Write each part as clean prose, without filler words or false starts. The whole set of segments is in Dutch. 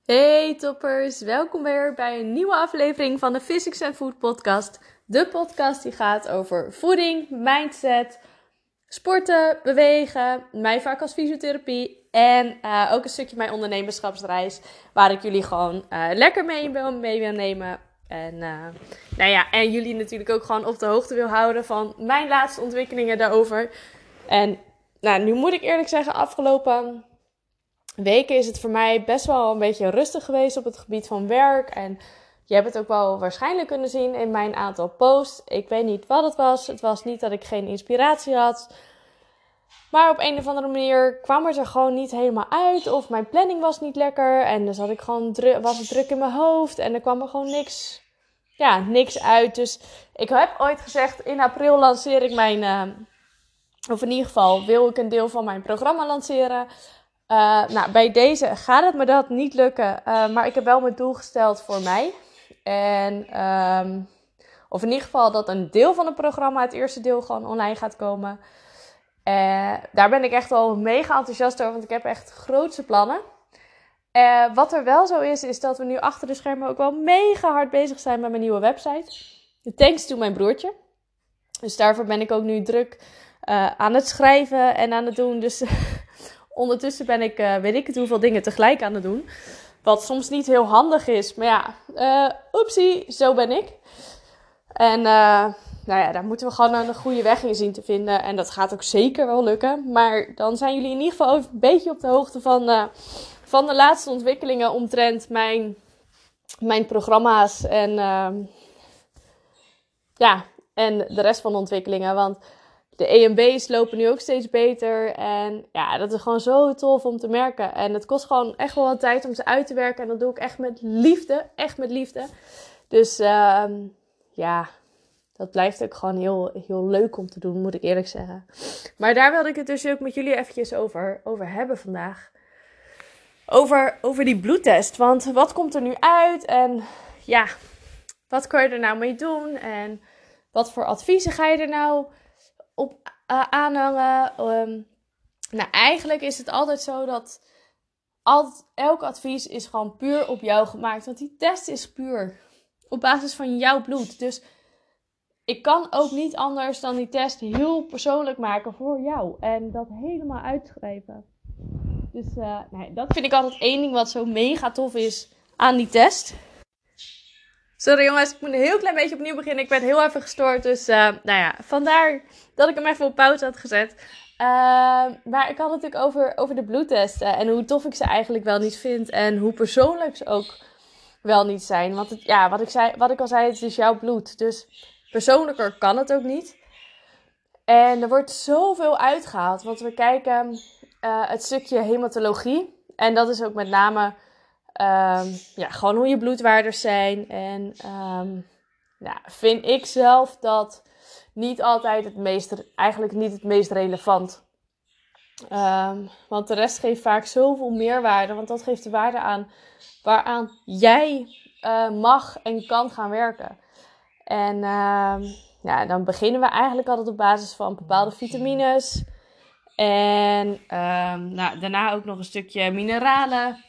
Hey toppers, welkom weer bij een nieuwe aflevering van de Physics and Food podcast. De podcast die gaat over voeding, mindset, sporten, bewegen, mijn vak als fysiotherapie en ook een stukje mijn ondernemerschapsreis waar ik jullie gewoon lekker mee wil nemen. En jullie natuurlijk ook gewoon op de hoogte wil houden van mijn laatste ontwikkelingen daarover. En nu moet ik eerlijk zeggen, afgelopen weken is het voor mij best wel een beetje rustig geweest op het gebied van werk. En je hebt het ook wel waarschijnlijk kunnen zien in mijn aantal posts. Ik weet niet wat het was. Het was niet dat ik geen inspiratie had. Maar op een of andere manier kwam het er gewoon niet helemaal uit. Of mijn planning was niet lekker. En dus was het druk in mijn hoofd. En er kwam er gewoon niks uit. Dus ik heb ooit gezegd, in april lanceer ik of in ieder geval wil ik een deel van mijn programma lanceren. Bij deze gaat het me dat niet lukken. Maar ik heb wel mijn doel gesteld voor mei. Of in ieder geval dat een deel van het programma, het eerste deel, gewoon online gaat komen. Daar ben ik echt wel mega enthousiast over, want ik heb echt grootse plannen. Wat er wel zo is dat we nu achter de schermen ook wel mega hard bezig zijn met mijn nieuwe website. Thanks to mijn broertje. Dus daarvoor ben ik ook nu druk aan het schrijven en aan het doen. Dus ondertussen ben ik, weet ik het hoeveel dingen tegelijk aan het doen. Wat soms niet heel handig is. Maar oepsie, zo ben ik. En daar moeten we gewoon een goede weg in zien te vinden. En dat gaat ook zeker wel lukken. Maar dan zijn jullie in ieder geval een beetje op de hoogte van de laatste ontwikkelingen omtrent mijn programma's. En de rest van de ontwikkelingen. Want de EMB's lopen nu ook steeds beter. En ja, dat is gewoon zo tof om te merken. En het kost gewoon echt wel wat tijd om ze uit te werken. En dat doe ik echt met liefde. Echt met liefde. Dus dat blijft ook gewoon heel, heel leuk om te doen, moet ik eerlijk zeggen. Maar daar wilde ik het dus ook met jullie eventjes over hebben vandaag. Over die bloedtest. Want wat komt er nu uit? En ja, wat kan je er nou mee doen? En wat voor adviezen ga je er nou op aanhangen? Eigenlijk is het altijd zo dat elk advies is gewoon puur op jou gemaakt. Want die test is puur op basis van jouw bloed. Dus ik kan ook niet anders dan die test heel persoonlijk maken voor jou. En dat helemaal uitschrijven. Dus dat vind ik altijd één ding wat zo mega tof is aan die test. Sorry jongens, ik moet een heel klein beetje opnieuw beginnen. Ik ben heel even gestoord. Dus vandaar dat ik hem even op pauze had gezet. Maar ik had het natuurlijk over de bloedtesten. En hoe tof ik ze eigenlijk wel niet vind. En hoe persoonlijk ze ook wel niet zijn. Want wat ik al zei, het is jouw bloed. Dus persoonlijker kan het ook niet. En er wordt zoveel uitgehaald. Want we kijken het stukje hematologie. En dat is ook met name gewoon hoe je bloedwaardes zijn. En vind ik zelf dat niet altijd eigenlijk niet het meest relevant. Want de rest geeft vaak zoveel meerwaarde. Want dat geeft de waarde aan waaraan jij mag en kan gaan werken. En dan beginnen we eigenlijk altijd op basis van bepaalde vitamines. En daarna ook nog een stukje mineralen.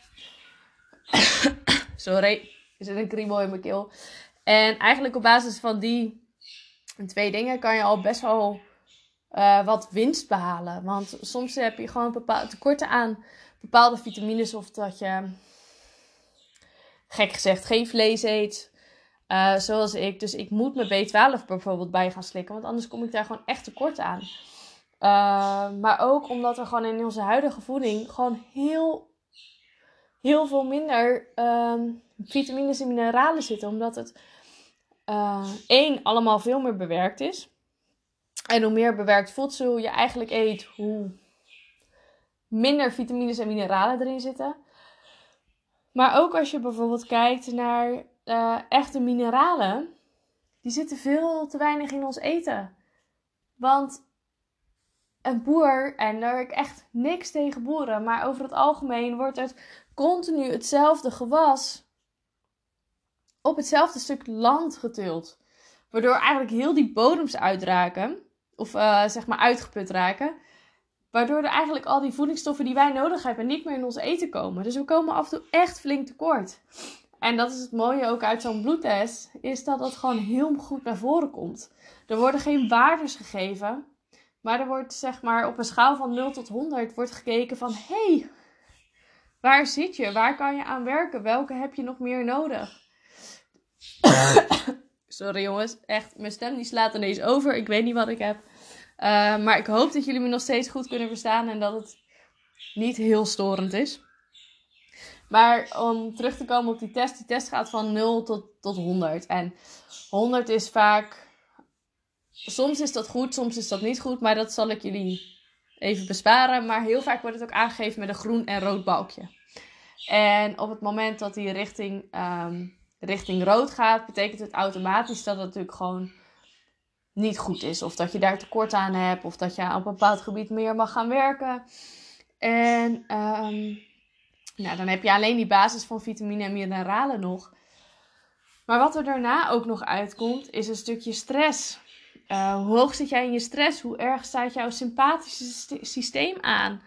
Sorry, er zit een kriebel in mijn keel. En eigenlijk op basis van die 2 dingen kan je al best wel wat winst behalen. Want soms heb je gewoon bepaalde tekorten aan bepaalde vitamines. Of dat je, gek gezegd, geen vlees eet. Zoals ik. Dus ik moet mijn B12 bijvoorbeeld bij gaan slikken. Want anders kom ik daar gewoon echt tekort aan. Maar ook omdat er gewoon in onze huidige voeding gewoon heel veel minder vitamines en mineralen zitten. Omdat het allemaal veel meer bewerkt is. En hoe meer bewerkt voedsel je eigenlijk eet, hoe minder vitamines en mineralen erin zitten. Maar ook als je bijvoorbeeld kijkt naar echte mineralen, die zitten veel te weinig in ons eten. Want een boer, en daar heb ik echt niks tegen boeren, maar over het algemeen wordt het continu hetzelfde gewas op hetzelfde stuk land geteeld. Waardoor eigenlijk heel die bodems uitraken, of uitgeput raken. Waardoor er eigenlijk al die voedingsstoffen die wij nodig hebben niet meer in ons eten komen. Dus we komen af en toe echt flink tekort. En dat is het mooie ook uit zo'n bloedtest, is dat het gewoon heel goed naar voren komt. Er worden geen waardes gegeven, maar er wordt zeg maar op een schaal van 0 tot 100 wordt gekeken van, hey, waar zit je? Waar kan je aan werken? Welke heb je nog meer nodig? Sorry jongens, echt, mijn stem die slaat ineens over. Ik weet niet wat ik heb. Maar ik hoop dat jullie me nog steeds goed kunnen verstaan en dat het niet heel storend is. Maar om terug te komen op die test gaat van 0 tot 100. En 100 is vaak, soms is dat goed, soms is dat niet goed, maar dat zal ik jullie even besparen. Maar heel vaak wordt het ook aangegeven met een groen en rood balkje. En op het moment dat die richting rood gaat, betekent het automatisch dat het natuurlijk gewoon niet goed is. Of dat je daar tekort aan hebt, of dat je op een bepaald gebied meer mag gaan werken. En dan heb je alleen die basis van vitamine en mineralen nog. Maar wat er daarna ook nog uitkomt, is een stukje stress. Hoe hoog zit jij in je stress? Hoe erg staat jouw sympathische systeem aan?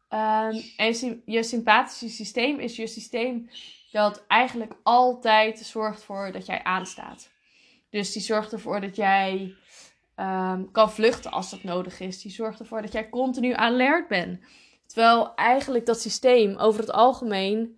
En je sympathische systeem is je systeem dat eigenlijk altijd zorgt voor dat jij aanstaat. Dus die zorgt ervoor dat jij kan vluchten als dat nodig is. Die zorgt ervoor dat jij continu alert bent. Terwijl eigenlijk dat systeem over het algemeen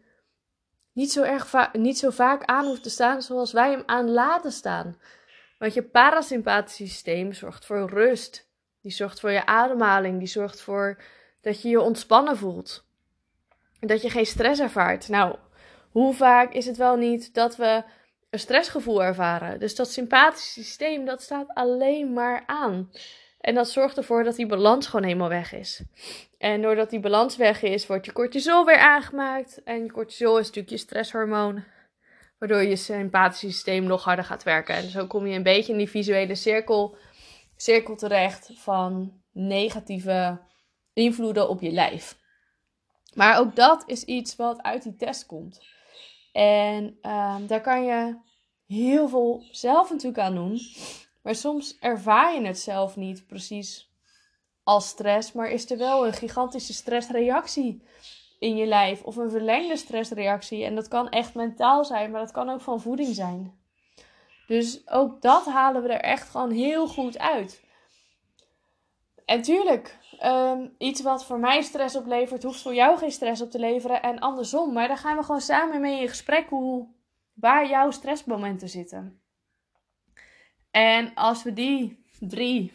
niet zo vaak aan hoeft te staan zoals wij hem aan laten staan. Want je parasympathische systeem zorgt voor rust. Die zorgt voor je ademhaling. Die zorgt voor dat je je ontspannen voelt. Dat je geen stress ervaart. Nou, hoe vaak is het wel niet dat we een stressgevoel ervaren? Dus dat sympathische systeem, dat staat alleen maar aan. En dat zorgt ervoor dat die balans gewoon helemaal weg is. En doordat die balans weg is, wordt je cortisol weer aangemaakt. En je cortisol is natuurlijk je stresshormoon. Waardoor je sympathische systeem nog harder gaat werken. En zo kom je een beetje in die visuele cirkel terecht van negatieve invloeden op je lijf. Maar ook dat is iets wat uit die test komt. En daar kan je heel veel zelf natuurlijk aan doen. Maar soms ervaar je het zelf niet precies als stress. Maar is er wel een gigantische stressreactie in je lijf. Of een verlengde stressreactie. En dat kan echt mentaal zijn. Maar dat kan ook van voeding zijn. Dus ook dat halen we er echt gewoon heel goed uit. En tuurlijk, iets wat voor mij stress oplevert, hoeft voor jou geen stress op te leveren. En andersom. Maar daar gaan we gewoon samen mee in gesprek waar jouw stressmomenten zitten. En als we die 3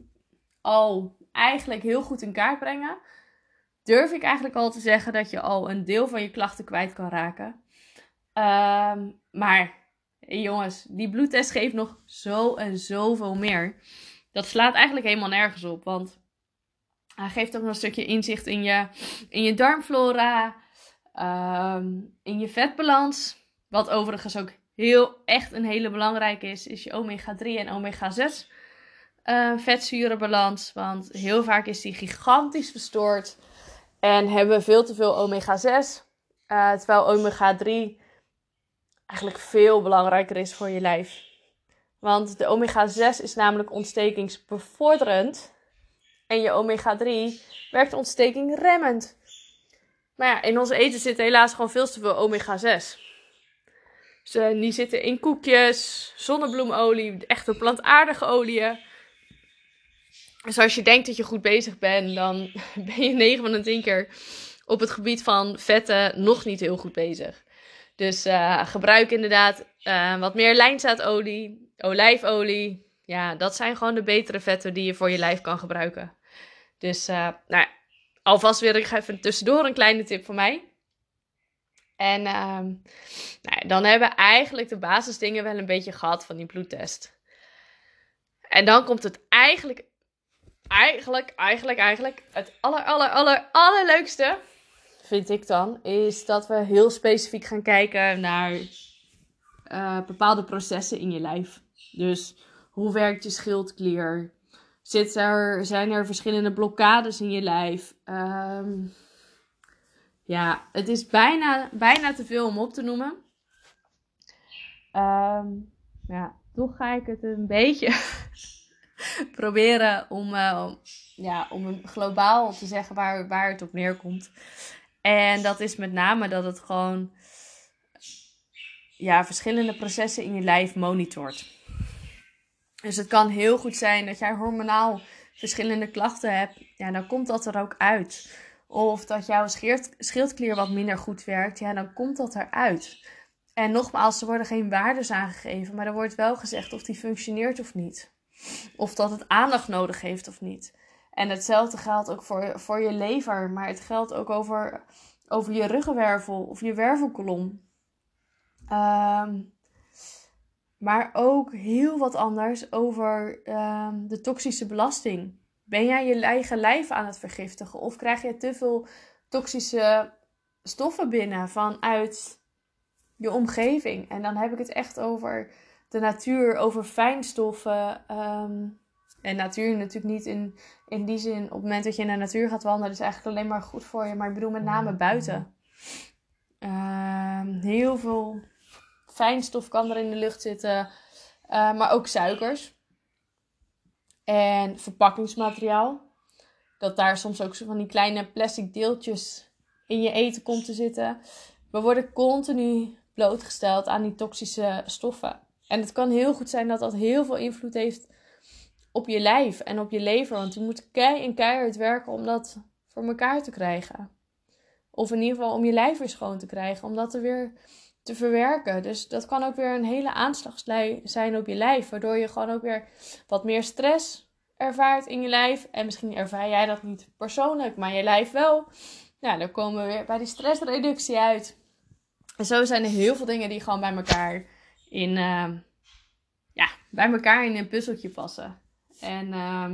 al eigenlijk heel goed in kaart brengen, durf ik eigenlijk al te zeggen dat je al een deel van je klachten kwijt kan raken. Maar jongens, die bloedtest geeft nog zo en zoveel meer. Dat slaat eigenlijk helemaal nergens op, want hij geeft ook nog een stukje inzicht in je darmflora, in je vetbalans. Wat overigens ook echt een hele belangrijke is je omega-3 en omega-6 vetzurenbalans. Want heel vaak is die gigantisch verstoord en hebben we veel te veel omega-6. Terwijl omega-3 eigenlijk veel belangrijker is voor je lijf. Want de omega-6 is namelijk ontstekingsbevorderend. En je omega-3 werkt ontstekingremmend. Maar ja, in onze eten zit helaas gewoon veel te veel omega-6. Dus die zitten in koekjes, zonnebloemolie, echte plantaardige oliën. Dus als je denkt dat je goed bezig bent, dan ben je 9 van de 10 keer op het gebied van vetten nog niet heel goed bezig. Dus gebruik inderdaad wat meer lijnzaadolie, olijfolie. Ja, dat zijn gewoon de betere vetten die je voor je lijf kan gebruiken. Dus alvast wil ik even tussendoor een kleine tip van mij. En dan hebben we eigenlijk de basisdingen wel een beetje gehad van die bloedtest. En dan komt het eigenlijk het allerleukste, vind ik dan, is dat we heel specifiek gaan kijken naar bepaalde processen in je lijf. Dus hoe werkt je schildklier? Zijn er verschillende blokkades in je lijf? Het is bijna te veel om op te noemen. Toch ga ik het een beetje proberen om om een globaal te zeggen waar het op neerkomt. En dat is met name dat het gewoon verschillende processen in je lijf monitort. Dus het kan heel goed zijn dat jij hormonaal verschillende klachten hebt. Ja, dan komt dat er ook uit. Of dat jouw schildklier wat minder goed werkt. Ja, dan komt dat eruit. En nogmaals, er worden geen waardes aangegeven. Maar er wordt wel gezegd of die functioneert of niet. Of dat het aandacht nodig heeft of niet. En hetzelfde geldt ook voor je lever. Maar het geldt ook over je ruggenwervel of je wervelkolom. Maar ook heel wat anders over de toxische belasting. Ben jij je eigen lijf aan het vergiftigen? Of krijg je te veel toxische stoffen binnen vanuit je omgeving? En dan heb ik het echt over de natuur, over fijnstoffen. En natuur natuurlijk niet in die zin. Op het moment dat je in de natuur gaat wandelen, is eigenlijk alleen maar goed voor je. Maar ik bedoel met name buiten. Heel veel fijnstof kan er in de lucht zitten. Maar ook suikers. En verpakkingsmateriaal. Dat daar soms ook zo van die kleine plastic deeltjes in je eten komt te zitten. We worden continu blootgesteld aan die toxische stoffen. En het kan heel goed zijn dat dat heel veel invloed heeft op je lijf en op je lever. Want je moet keihard werken om dat voor elkaar te krijgen. Of in ieder geval om je lijf weer schoon te krijgen. Om dat er weer te verwerken. Dus dat kan ook weer een hele aanslag zijn op je lijf. Waardoor je gewoon ook weer wat meer stress ervaart in je lijf. En misschien ervaar jij dat niet persoonlijk, maar je lijf wel. Nou, dan komen we weer bij die stressreductie uit. En zo zijn er heel veel dingen die gewoon bij elkaar in een puzzeltje passen. En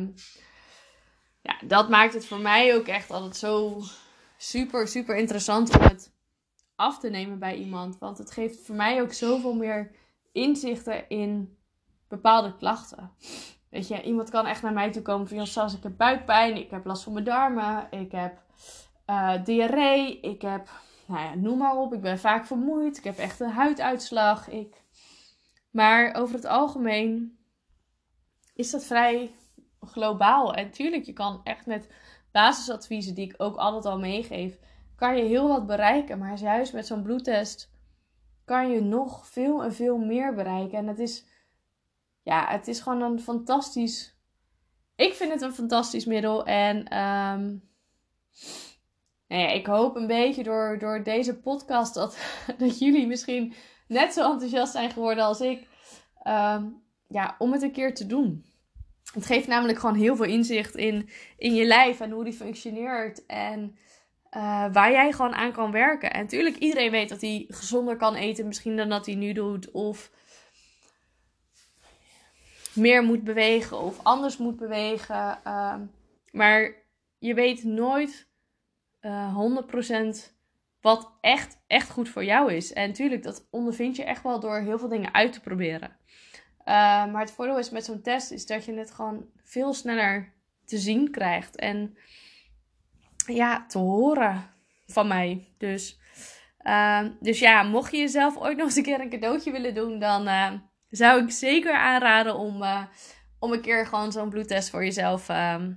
dat maakt het voor mij ook echt altijd zo super, super interessant om het af te nemen bij iemand. Want het geeft voor mij ook zoveel meer inzichten in bepaalde klachten. Weet je, iemand kan echt naar mij toe komen van, Sas, ik heb buikpijn, ik heb last van mijn darmen, ik heb diarree, ik heb, noem maar op, ik ben vaak vermoeid, ik heb echt een huiduitslag. Maar over het algemeen is dat vrij globaal. En tuurlijk, je kan echt met basisadviezen die ik ook altijd al meegeef, kan je heel wat bereiken. Maar juist met zo'n bloedtest kan je nog veel en veel meer bereiken. En het is gewoon een fantastisch... Ik vind het een fantastisch middel. En ik hoop een beetje door deze podcast dat jullie misschien net zo enthousiast zijn geworden als ik. Om het een keer te doen. Het geeft namelijk gewoon heel veel inzicht in je lijf en hoe die functioneert. En waar jij gewoon aan kan werken. En natuurlijk, iedereen weet dat hij gezonder kan eten misschien dan dat hij nu doet. Of meer moet bewegen of anders moet bewegen. Maar je weet nooit 100% wat echt goed voor jou is. En natuurlijk, dat ondervind je echt wel door heel veel dingen uit te proberen. Maar het voordeel is met zo'n test is dat je het gewoon veel sneller te zien krijgt. En te horen van mij. Dus mocht je jezelf ooit nog eens een keer een cadeautje willen doen, dan zou ik zeker aanraden om een keer gewoon zo'n bloedtest voor jezelf aan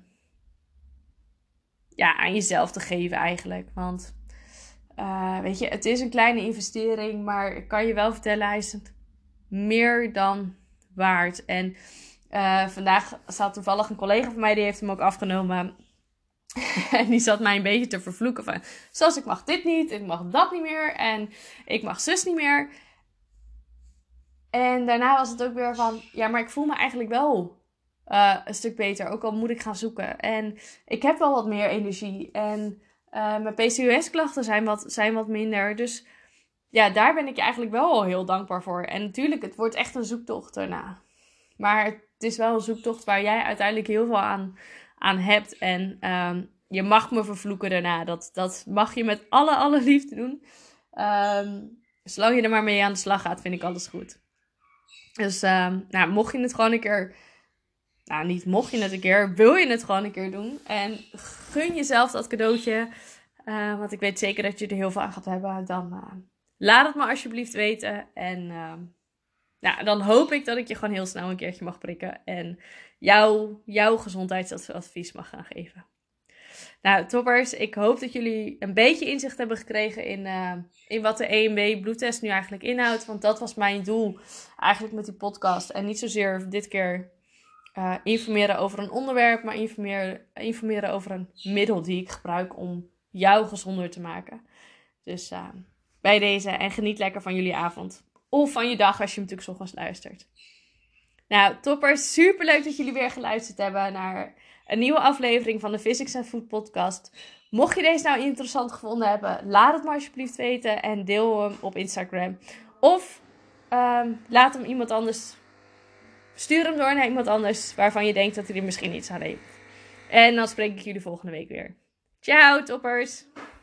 jezelf te geven eigenlijk. Want weet je, het is een kleine investering, maar ik kan je wel vertellen, hij is het meer dan waard. En vandaag zat toevallig een collega van mij, die heeft hem ook afgenomen. En die zat mij een beetje te vervloeken van, zoals ik mag dit niet, ik mag dat niet meer en ik mag zus niet meer. En daarna was het ook weer van, maar ik voel me eigenlijk wel een stuk beter, ook al moet ik gaan zoeken. En ik heb wel wat meer energie en mijn PCOS-klachten zijn wat minder. Dus daar ben ik je eigenlijk wel al heel dankbaar voor. En natuurlijk, het wordt echt een zoektocht daarna. Maar het is wel een zoektocht waar jij uiteindelijk heel veel aan hebt. En je mag me vervloeken daarna. Dat mag je met alle liefde doen. Zolang je er maar mee aan de slag gaat, vind ik alles goed. Dus mocht je het gewoon een keer... niet mocht je het een keer, wil je het gewoon een keer doen. En gun jezelf dat cadeautje. Want ik weet zeker dat je er heel veel aan gaat hebben. Dan laat het me alsjeblieft weten. En Nou, dan hoop ik dat ik je gewoon heel snel een keertje mag prikken. En jouw gezondheidsadvies mag gaan geven. Nou, toppers. Ik hoop dat jullie een beetje inzicht hebben gekregen in wat de EMB bloedtest nu eigenlijk inhoudt. Want dat was mijn doel eigenlijk met die podcast. En niet zozeer dit keer informeren over een onderwerp, maar informeren over een middel die ik gebruik om jou gezonder te maken. Dus bij deze en geniet lekker van jullie avond. Of van je dag als je hem natuurlijk 's ochtends luistert. Nou, toppers, superleuk dat jullie weer geluisterd hebben naar een nieuwe aflevering van de Physics and Food podcast. Mocht je deze nou interessant gevonden hebben, laat het me alsjeblieft weten en deel hem op Instagram. Of laat hem iemand anders, stuur hem door naar iemand anders waarvan je denkt dat hij er misschien iets aan heeft. En dan spreek ik jullie volgende week weer. Ciao, toppers!